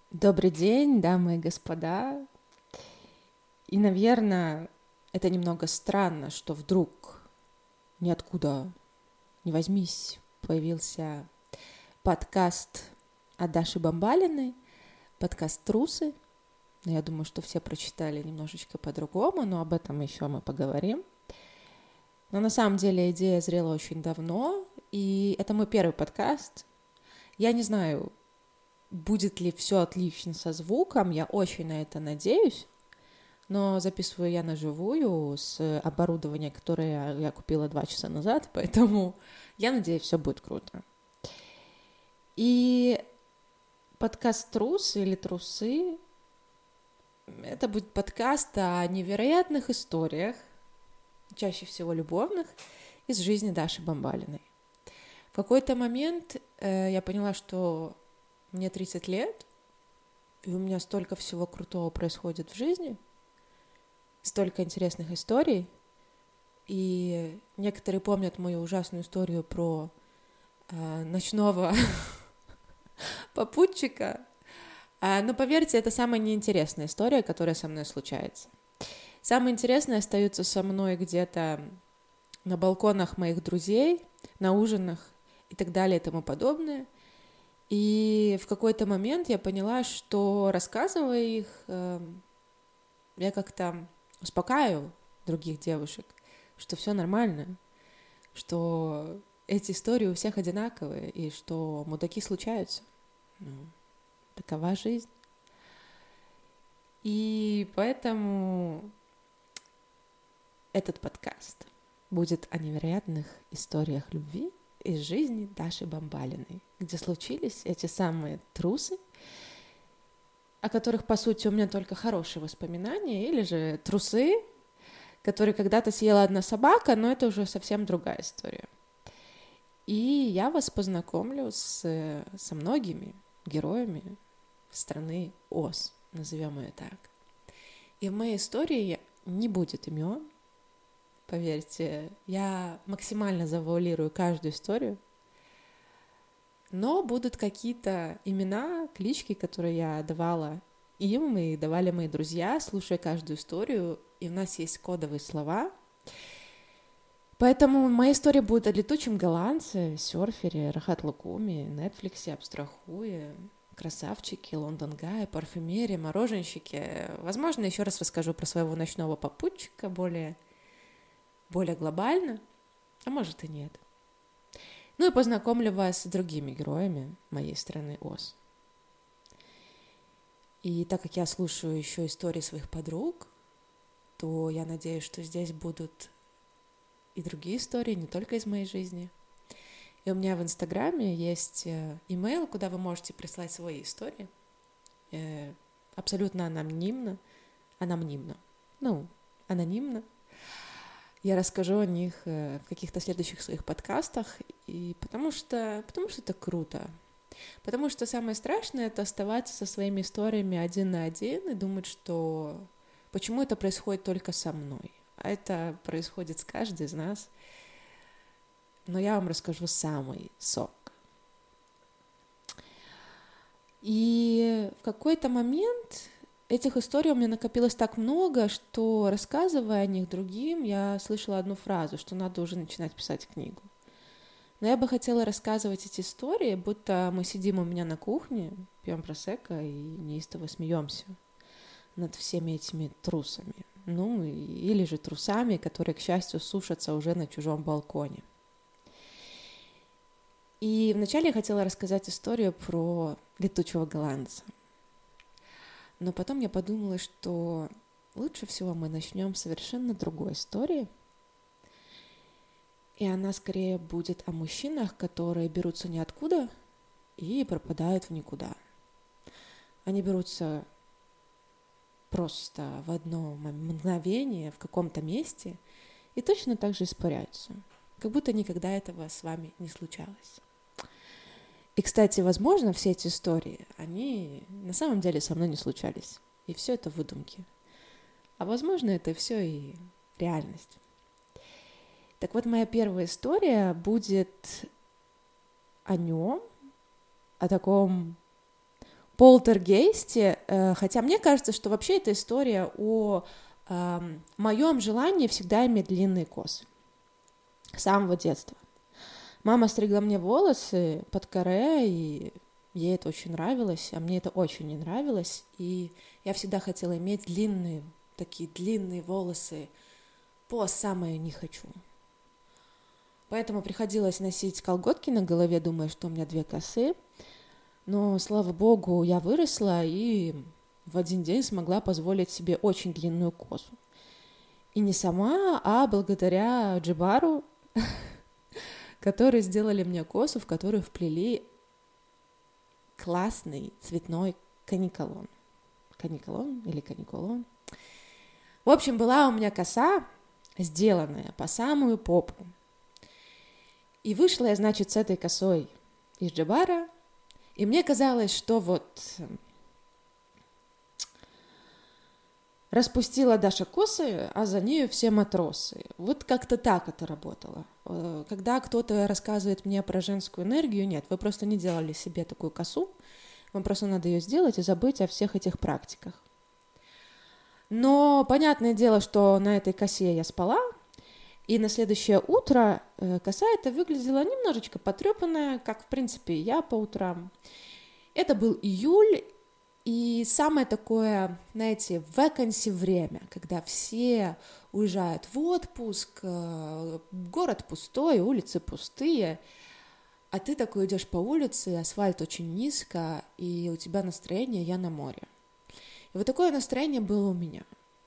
Добрый день, дамы и господа. И, наверное, это немного странно, что вдруг ниоткуда не возьмись появился подкаст от Даши Бамбалиной, подкаст «Трусы». Я думаю, что все прочитали немножечко по-другому, но об этом еще мы поговорим. Но на самом деле идея зрела очень давно, и это мой первый подкаст. Я не знаю, будет ли все отлично со звуком, я очень на это надеюсь, но записываю я на живую с оборудования, которое я купила 2 часа назад, поэтому я надеюсь, все будет круто. И подкаст «Трусы» или «Трусы» — это будет подкаст о невероятных историях, чаще всего любовных, из жизни Даши Бамбалиной. В какой-то момент я поняла, что мне 30 лет, и у меня столько всего крутого происходит в жизни, столько интересных историй. И некоторые помнят мою ужасную историю про ночного попутчика. Но поверьте, это самая неинтересная история, которая со мной случается. Самое интересное остается со мной где-то на балконах моих друзей, на ужинах и так далее и тому подобное. И в какой-то момент я поняла, что, рассказывая их, я как-то успокаиваю других девушек, что все нормально, что эти истории у всех одинаковые, и что мудаки случаются. Такова жизнь. И поэтому этот подкаст будет о невероятных историях любви из жизни Даши Бамбалиной, где случились эти самые трусы, о которых, по сути, у меня только хорошие воспоминания, или же трусы, которые когда-то съела одна собака, но это уже совсем другая история. И я вас познакомлю со многими героями страны Оз, назовем ее так. И в моей истории не будет имен, поверьте, я максимально завуалирую каждую историю, но будут какие-то имена, клички, которые я давала им и давали мои друзья, слушая каждую историю, и у нас есть кодовые слова. Поэтому моя история будет о летучем голландце, серфере, Рахат Лукуме, Нетфликсе, Абстрахуе, красавчике, Лондон Гае, парфюмере, мороженщике. Возможно, еще раз расскажу про своего ночного попутчика более глобально, а может и нет. Ну и познакомлю вас с другими героями моей страны Оз. И так как я слушаю еще истории своих подруг, то я надеюсь, что здесь будут и другие истории, не только из моей жизни. И у меня в Инстаграме есть имейл, куда вы можете прислать свои истории. Абсолютно анонимно. Анонимно. Я расскажу о них в каких-то следующих своих подкастах, и потому что это круто. Потому что самое страшное — это оставаться со своими историями один на один и думать, что почему это происходит только со мной. А это происходит с каждой из нас. Но я вам расскажу самый сок. И в какой-то момент этих историй у меня накопилось так много, что, рассказывая о них другим, я слышала одну фразу, что надо уже начинать писать книгу. Но я бы хотела рассказывать эти истории, будто мы сидим у меня на кухне, пьем просекко и неистово смеемся над всеми этими трусами. Или же трусами, которые, к счастью, сушатся уже на чужом балконе. И вначале я хотела рассказать историю про летучего голландца. Но потом я подумала, что лучше всего мы начнем с совершенно другой истории. И она скорее будет о мужчинах, которые берутся ниоткуда и пропадают в никуда. Они берутся просто в одно мгновение в каком-то месте и точно так же испаряются, как будто никогда этого с вами не случалось. И, кстати, возможно, все эти истории, они на самом деле со мной не случались. И все это выдумки. А возможно, это все и реальность. Так вот, моя первая история будет о нем, о таком полтергейсте, хотя мне кажется, что вообще это история о моем желании всегда иметь длинные косы с самого детства. Мама стригла мне волосы под каре, и ей это очень нравилось, а мне это очень не нравилось, и я всегда хотела иметь такие длинные волосы по самое не хочу. Поэтому приходилось носить колготки на голове, думая, что у меня 2 косы. Но, слава богу, я выросла и в один день смогла позволить себе очень длинную косу. И не сама, а благодаря Джибару, которые сделали мне косу, в которую вплели классный цветной каниколон. Каниколон или каниколон. В общем, была у меня коса, сделанная по самую попу. И вышла я, значит, с этой косой из Джибара, и мне казалось, что вот распустила Даша косы, а за нею все матросы. Вот как-то так это работало. Когда кто-то рассказывает мне про женскую энергию, нет, вы просто не делали себе такую косу, вам просто надо ее сделать и забыть о всех этих практиках. Но понятное дело, что на этой косе я спала, и на следующее утро коса эта выглядела немножечко потрепанная, как, в принципе, я по утрам. Это был июль, и самое такое, знаете, ваканси время, когда все уезжают в отпуск, город пустой, улицы пустые, а ты такой идешь по улице, асфальт очень низко, и у тебя настроение «я на море». И вот такое настроение было у меня.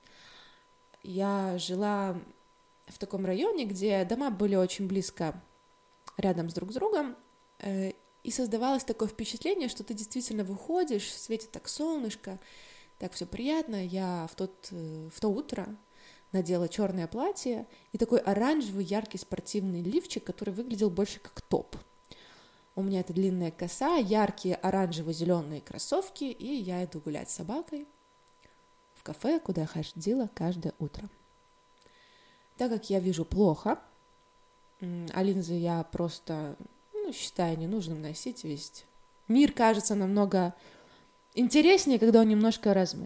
Я жила в таком районе, где дома были очень близко рядом с друг с другом, и создавалось такое впечатление, что ты действительно выходишь, светит так солнышко, так все приятно. Я в то утро надела черное платье и такой оранжевый яркий спортивный лифчик, который выглядел больше как топ. У меня это длинная коса, яркие оранжево-зеленые кроссовки, и я иду гулять с собакой в кафе, куда я ходила каждое утро. Так как я вижу плохо, а линзы я просто, считаю ненужным носить, ведь мир кажется намного интереснее, когда он немножко размыт.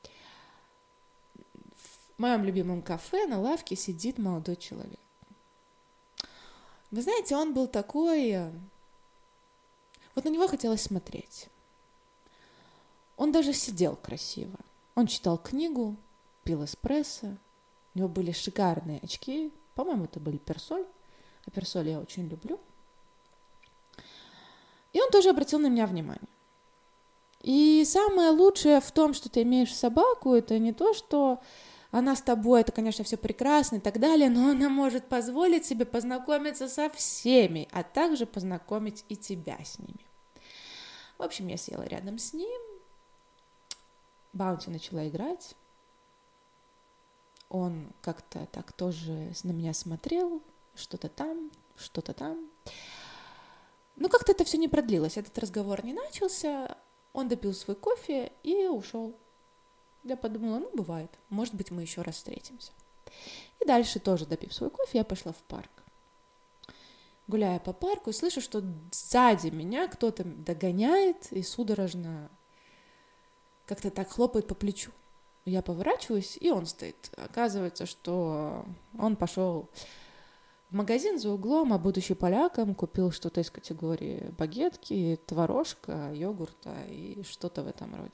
В моем любимом кафе на лавке сидит молодой человек. Вы знаете, он был такой... Вот на него хотелось смотреть. Он даже сидел красиво. Он читал книгу, пил эспрессо. У него были шикарные очки. По-моему, это были Персоль. А Персоль я очень люблю. И он тоже обратил на меня внимание. И самое лучшее в том, что ты имеешь собаку, это не то, что она с тобой, это, конечно, все прекрасно и так далее, но она может позволить себе познакомиться со всеми, а также познакомить и тебя с ними. В общем, я села рядом с ним, Баунти начала играть, он как-то так тоже на меня смотрел, что-то там. Но как-то это все не продлилось, этот разговор не начался, он допил свой кофе и ушел. Я подумала, бывает, может быть, мы еще раз встретимся. И дальше тоже, допив свой кофе, я пошла в парк. Гуляя по парку, слышу, что сзади меня кто-то догоняет и судорожно как-то так хлопает по плечу. Я поворачиваюсь, и он стоит. Оказывается, что он пошел в магазин за углом, а будучи поляком, купил что-то из категории багетки, творожка, йогурта и что-то в этом роде.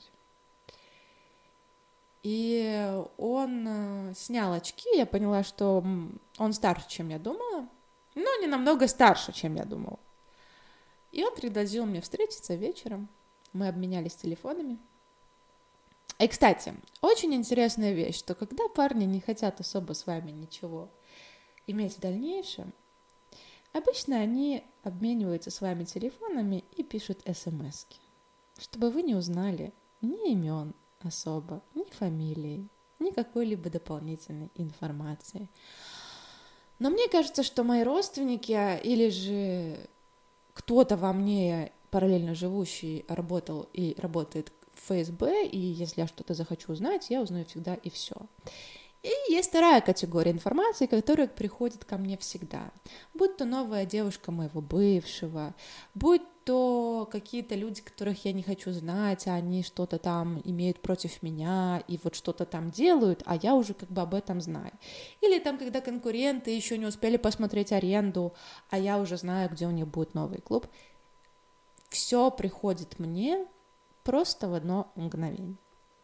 И он снял очки, я поняла, что он старше, чем я думала, но не намного старше, чем я думала. И он предложил мне встретиться вечером, мы обменялись телефонами. И, кстати, очень интересная вещь, что когда парни не хотят особо с вами ничего иметь в дальнейшем, обычно они обмениваются с вами телефонами и пишут смски, чтобы вы не узнали ни имен особо, ни фамилии, ни какой-либо дополнительной информации. Но мне кажется, что мои родственники или же кто-то во мне параллельно живущий работал и работает в ФСБ, и если я что-то захочу узнать, я узнаю всегда и все. И есть вторая категория информации, которая приходит ко мне всегда. Будь то новая девушка моего бывшего, будь то какие-то люди, которых я не хочу знать, они что-то там имеют против меня и вот что-то там делают, а я уже как бы об этом знаю. Или там, когда конкуренты еще не успели посмотреть аренду, а я уже знаю, где у них будет новый клуб. Все приходит мне просто в одно мгновение.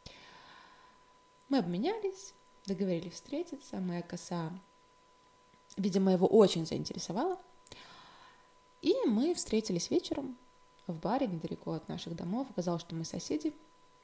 Мы обменялись, договорились встретиться, моя коса, видимо, его очень заинтересовала. И мы встретились вечером в баре недалеко от наших домов. Оказалось, что мы соседи.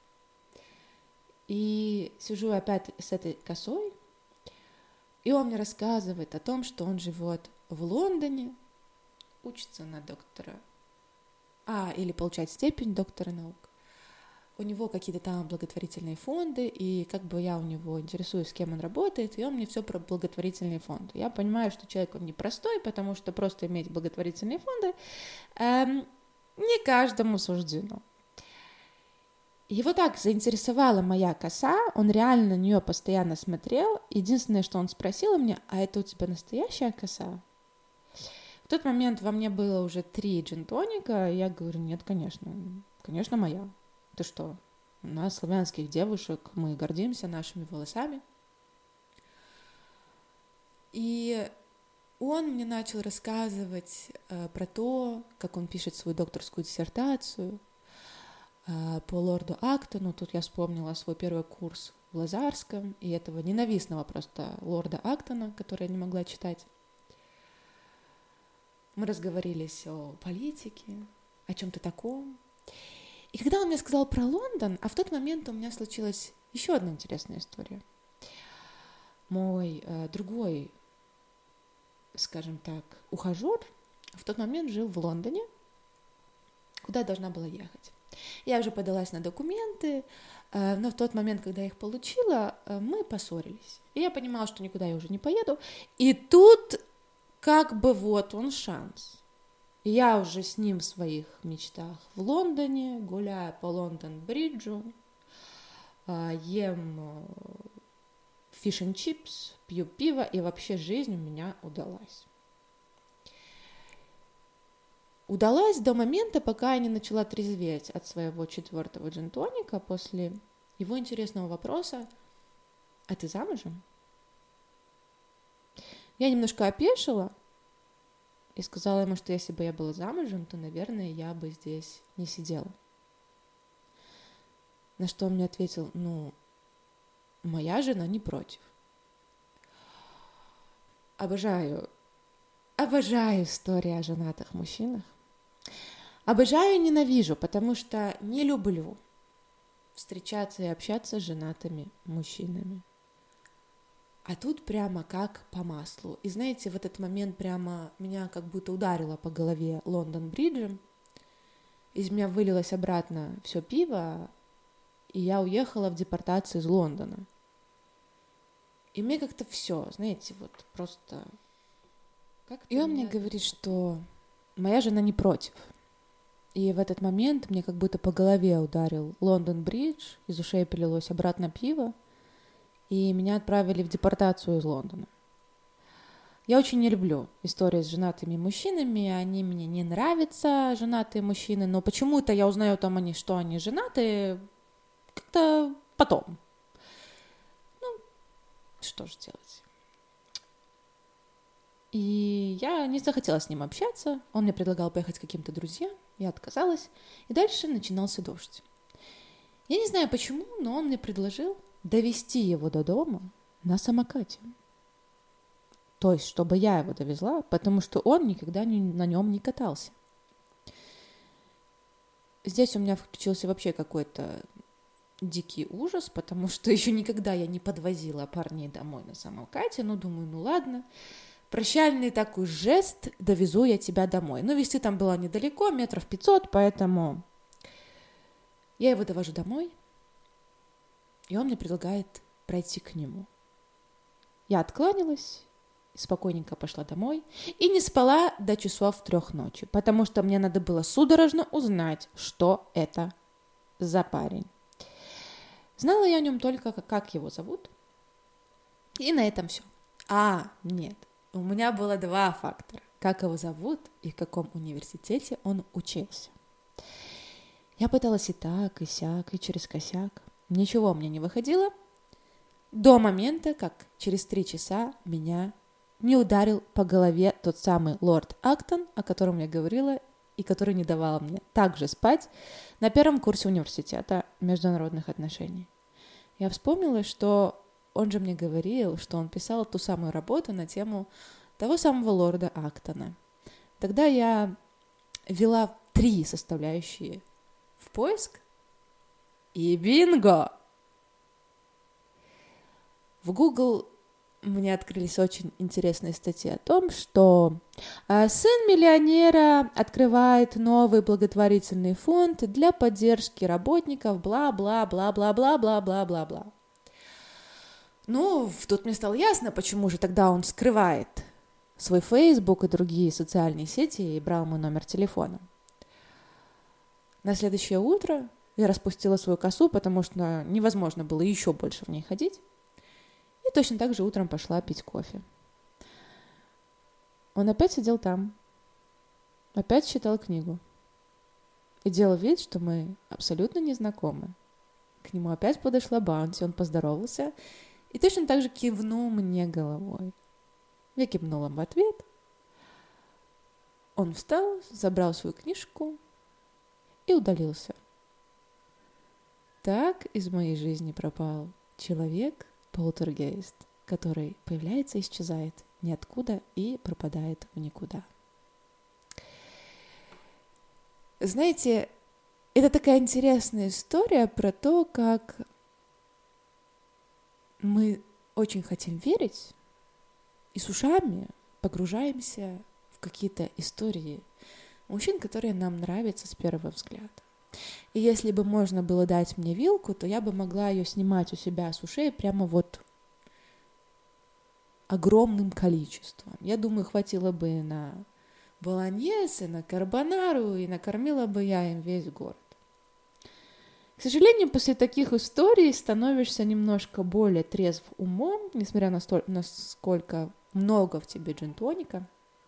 И сижу опять с этой косой, и он мне рассказывает о том, что он живет в Лондоне, учится на доктора, или получает степень доктора наук. У него какие-то там благотворительные фонды, и как бы я у него интересуюсь, с кем он работает, и он мне все про благотворительные фонды. Я понимаю, что человек, он непростой, потому что просто иметь благотворительные фонды не каждому суждено. Его так заинтересовала моя коса, он реально на нее постоянно смотрел. Единственное, что он спросил у меня: а это у тебя настоящая коса? В тот момент во мне было уже 3 джин-тоника, и я говорю: нет, конечно моя. Ты что? У нас, славянских девушек, мы гордимся нашими волосами. И он мне начал рассказывать про то, как он пишет свою докторскую диссертацию по лорду Актону. Тут я вспомнила свой первый курс в Лазарском и этого ненавистного просто лорда Актона, который я не могла читать. Мы разговорились о политике, о чем-то таком. И когда он мне сказал про Лондон, а в тот момент у меня случилась еще одна интересная история. Мой другой, скажем так, ухажер в тот момент жил в Лондоне, куда я должна была ехать. Я уже подалась на документы, но в тот момент, когда я их получила, мы поссорились. И я понимала, что никуда я уже не поеду. И тут как бы вот он шанс. Я уже с ним в своих мечтах в Лондоне, гуляю по Лондон-бриджу, ем фиш энд чипс, пью пиво, и вообще жизнь у меня удалась. Удалась до момента, пока я не начала трезветь от своего 4-го джин-тоника после его интересного вопроса: а ты замужем? Я немножко опешила и сказала ему, что если бы я была замужем, то, наверное, я бы здесь не сидела. На что он мне ответил: моя жена не против. Обожаю истории о женатых мужчинах. Обожаю и ненавижу, потому что не люблю встречаться и общаться с женатыми мужчинами. А тут прямо как по маслу. И знаете, в этот момент прямо меня как будто ударило по голове Лондон-бриджем. Из меня вылилось обратно все пиво, и я уехала в депортацию из Лондона. И мне как-то все, знаете, вот просто... И он мне говорит, что моя жена не против. И в этот момент мне как будто по голове ударил Лондон-бридж, из ушей полилось обратно пиво, и меня отправили в депортацию из Лондона. Я очень не люблю истории с женатыми мужчинами, они мне не нравятся, женатые мужчины, но почему-то я узнаю там, что они женаты, как-то потом. Что же делать? И я не захотела с ним общаться, он мне предлагал поехать к каким-то друзьям, я отказалась, и дальше начинался дождь. Я не знаю почему, но он мне предложил довести его до дома на самокате. То есть, чтобы я его довезла, потому что он никогда на нем не катался. Здесь у меня включился вообще какой-то дикий ужас, потому что еще никогда я не подвозила парней домой на самокате. Думаю, ладно. Прощальный такой жест: довезу я тебя домой. Везти там было недалеко, 500 метров, поэтому я его довожу домой, и он мне предлагает пройти к нему. Я откланялась, спокойненько пошла домой и не спала до часов 3 ночи, потому что мне надо было судорожно узнать, что это за парень. Знала я о нем только, как его зовут, и на этом все. Нет, у меня было 2 фактора. как его зовут и в каком университете он учился. Я пыталась и так, и сяк, и через косяк. Ничего мне не выходило до момента, как через 3 часа меня не ударил по голове тот самый лорд Актон, о котором я говорила, и который не давал мне также спать на первом курсе университета международных отношений. Я вспомнила, что он же мне говорил, что он писал ту самую работу на тему того самого лорда Актона. Тогда я ввела 3 составляющие в поиск, и бинго! В Google мне открылись очень интересные статьи о том, что сын миллионера открывает новый благотворительный фонд для поддержки работников, бла-бла-бла-бла-бла-бла-бла-бла-бла. Ну, тут мне стало ясно, почему же тогда он скрывает свой Facebook и другие социальные сети и брал мой номер телефона. На следующее утро я распустила свою косу, потому что невозможно было еще больше в ней ходить. И точно так же утром пошла пить кофе. Он опять сидел там, опять читал книгу и делал вид, что мы абсолютно не знакомы. К нему опять подошла Баунти, он поздоровался и точно так же кивнул мне головой. Я кивнула им в ответ. Он встал, забрал свою книжку и удалился. Так из моей жизни пропал человек-полтергейст, который появляется и исчезает ниоткуда и пропадает в никуда. Знаете, это такая интересная история про то, как мы очень хотим верить и с ушами погружаемся в какие-то истории мужчин, которые нам нравятся с первого взгляда. И если бы можно было дать мне вилку, то я бы могла ее снимать у себя с ушей прямо вот огромным количеством. Я думаю, хватило бы на болоньез, и на карбонару, и накормила бы я им весь город. К сожалению, после таких историй становишься немножко более трезв умом, несмотря на то, насколько много в тебе джин-тоника.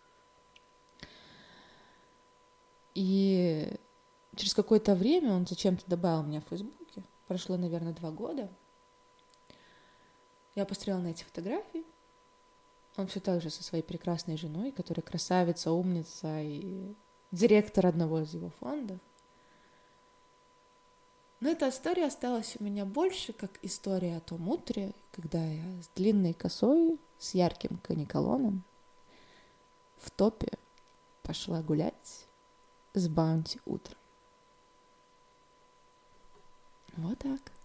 И через какое-то время он зачем-то добавил меня в Фейсбуке. Прошло, наверное, 2 года. Я посмотрела на эти фотографии. Он все так же со своей прекрасной женой, которая красавица, умница и директор одного из его фондов. Но эта история осталась у меня больше как история о том утре, когда я с длинной косой, с ярким каниколоном в топе пошла гулять с Баунти утром. Вот так.